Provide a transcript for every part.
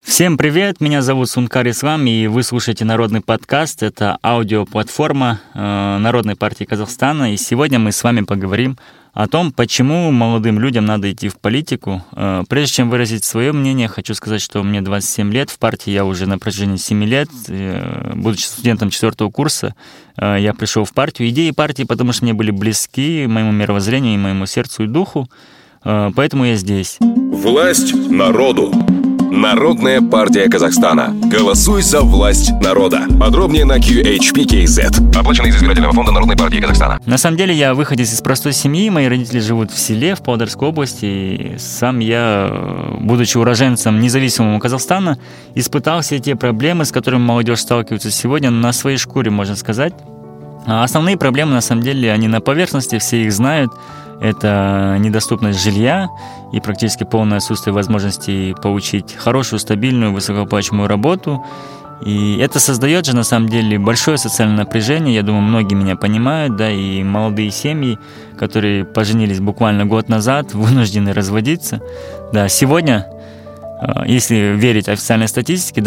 Всем привет, меня зовут Сункар Ислам, и вы слушаете Народный подкаст. Это аудиоплатформа Народной партии Казахстана. И сегодня мы с вами поговорим о том, почему молодым людям надо идти в политику. Прежде чем выразить свое мнение, хочу сказать, что мне 27 лет, в партии я уже на протяжении 7 лет. Будучи студентом 4 курса, я пришел в партию. Идеи партии, потому что мне были близки моему мировоззрению и моему сердцу и духу, поэтому я здесь. Власть народу. Народная партия Казахстана. Голосуй за власть народа. Подробнее на QHP.KZ. Оплачено из избирательного фонда Народной партии Казахстана. На самом деле я выходец из простой семьи. Мои родители живут в селе, в Павлодарской области. И сам я, будучи уроженцем независимого Казахстана, испытал все те проблемы, с которыми молодежь сталкивается сегодня, на своей шкуре, можно сказать. А основные проблемы, на самом деле, они на поверхности, все их знают. Это недоступность жилья и практически полное отсутствие возможности получить хорошую, стабильную, высокооплачиваемую работу. И это создает же, на самом деле, большое социальное напряжение. Я думаю, многие меня понимают, да, и молодые семьи, которые поженились буквально год назад, вынуждены разводиться. Да, сегодня, если верить официальной статистике,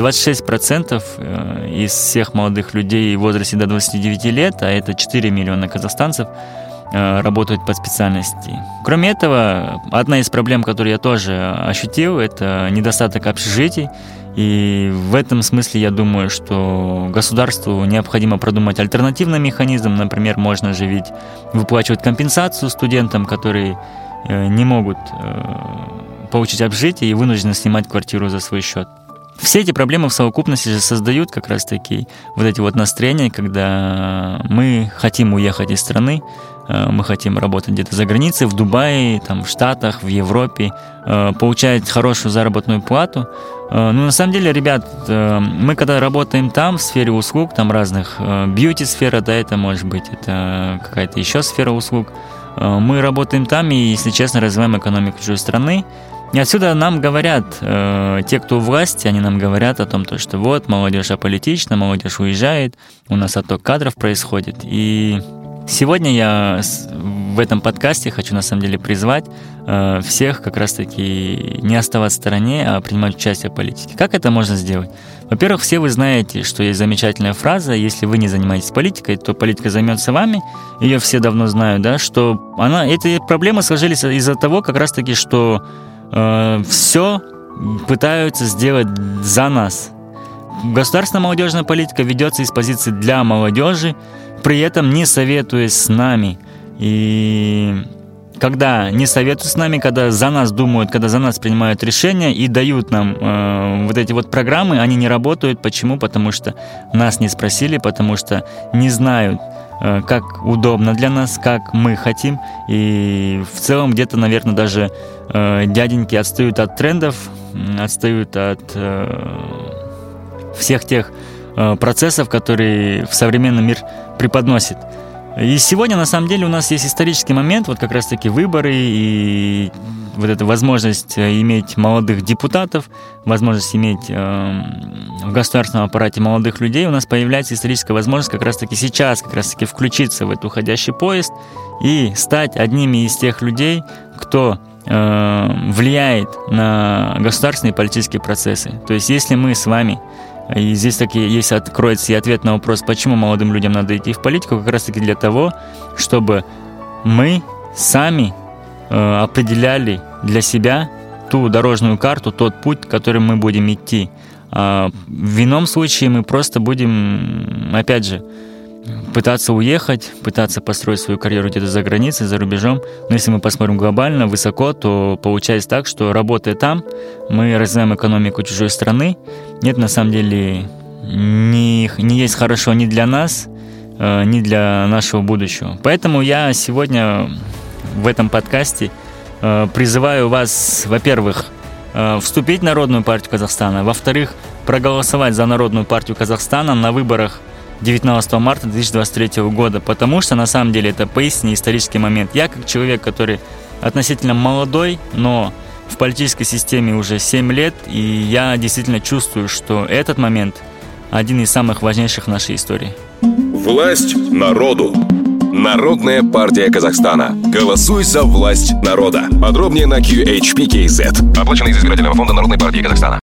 26% из всех молодых людей в возрасте до 29 лет, а это 4 миллиона казахстанцев, работают по специальности. Кроме этого, одна из проблем, которую я тоже ощутил, это недостаток общежитий. И в этом смысле я думаю, что государству необходимо продумать альтернативный механизм. Например, можно же ведь выплачивать компенсацию студентам, которые не могут получить общежитие и вынуждены снимать квартиру за свой счет. Все эти проблемы в совокупности же создают как раз-таки вот эти вот настроения, когда мы хотим уехать из страны, мы хотим работать где-то за границей, в Дубае, там, в Штатах, в Европе, получать хорошую заработную плату. Но на самом деле, ребят, мы когда работаем там, в сфере услуг, там разных бьюти-сфера, да, это может быть, это какая-то еще сфера услуг, мы работаем там и, если честно, развиваем экономику чужой страны. И отсюда нам говорят, те, кто у власти, они нам говорят о том, что вот, молодежь аполитична, молодежь уезжает, у нас отток кадров происходит. И сегодня я в этом подкасте хочу, на самом деле, призвать всех как раз-таки не оставаться в стороне, а принимать участие в политике. Как это можно сделать? Во-первых, все вы знаете, что есть замечательная фраза: если вы не занимаетесь политикой, то политика займется вами. Ее все давно знают, да, что эти проблемы сложились из-за того, как раз-таки, что все пытаются сделать за нас. Государственная молодежная политика ведется из позиции для молодежи, при этом не советуясь с нами. И когда не советуют с нами, когда за нас думают, когда за нас принимают решения и дают нам вот эти вот программы, они не работают. Почему? Потому что нас не спросили, потому что не знают, как удобно для нас, как мы хотим. И в целом где-то, наверное, даже дяденьки отстают от трендов, отстают от всех тех процессов, которые в современный мир преподносит. И сегодня, на самом деле, у нас есть исторический момент, вот как раз-таки выборы и вот эта возможность иметь молодых депутатов, возможность иметь в государственном аппарате молодых людей. У нас появляется историческая возможность как раз-таки сейчас, как раз-таки включиться в этот уходящий поезд и стать одними из тех людей, кто влияет на государственные и политические процессы. То есть если мы с вами, и здесь если откроется и ответ на вопрос, почему молодым людям надо идти в политику, как раз таки для того, чтобы мы сами определяли для себя ту дорожную карту, тот путь, которым мы будем идти. В ином случае мы просто будем, опять же, пытаться уехать, пытаться построить свою карьеру где-то за границей, за рубежом. Но если мы посмотрим глобально, высоко, то получается так, что, работая там, мы развиваем экономику чужой страны. Нет, на самом деле, не есть хорошо ни для нас, ни для нашего будущего. Поэтому я сегодня в этом подкасте призываю вас, во-первых, вступить в Народную партию Казахстана, во-вторых, проголосовать за Народную партию Казахстана на выборах 19 марта 2023 года, потому что на самом деле это поистине исторический момент. Я как человек, который относительно молодой, но в политической системе уже 7 лет, и я действительно чувствую, что этот момент один из самых важнейших в нашей истории. Власть народу. Народная партия Казахстана. Голосуй за власть народа. Подробнее на QHP.KZ. Оплачено из избирательного фонда Народной партии Казахстана.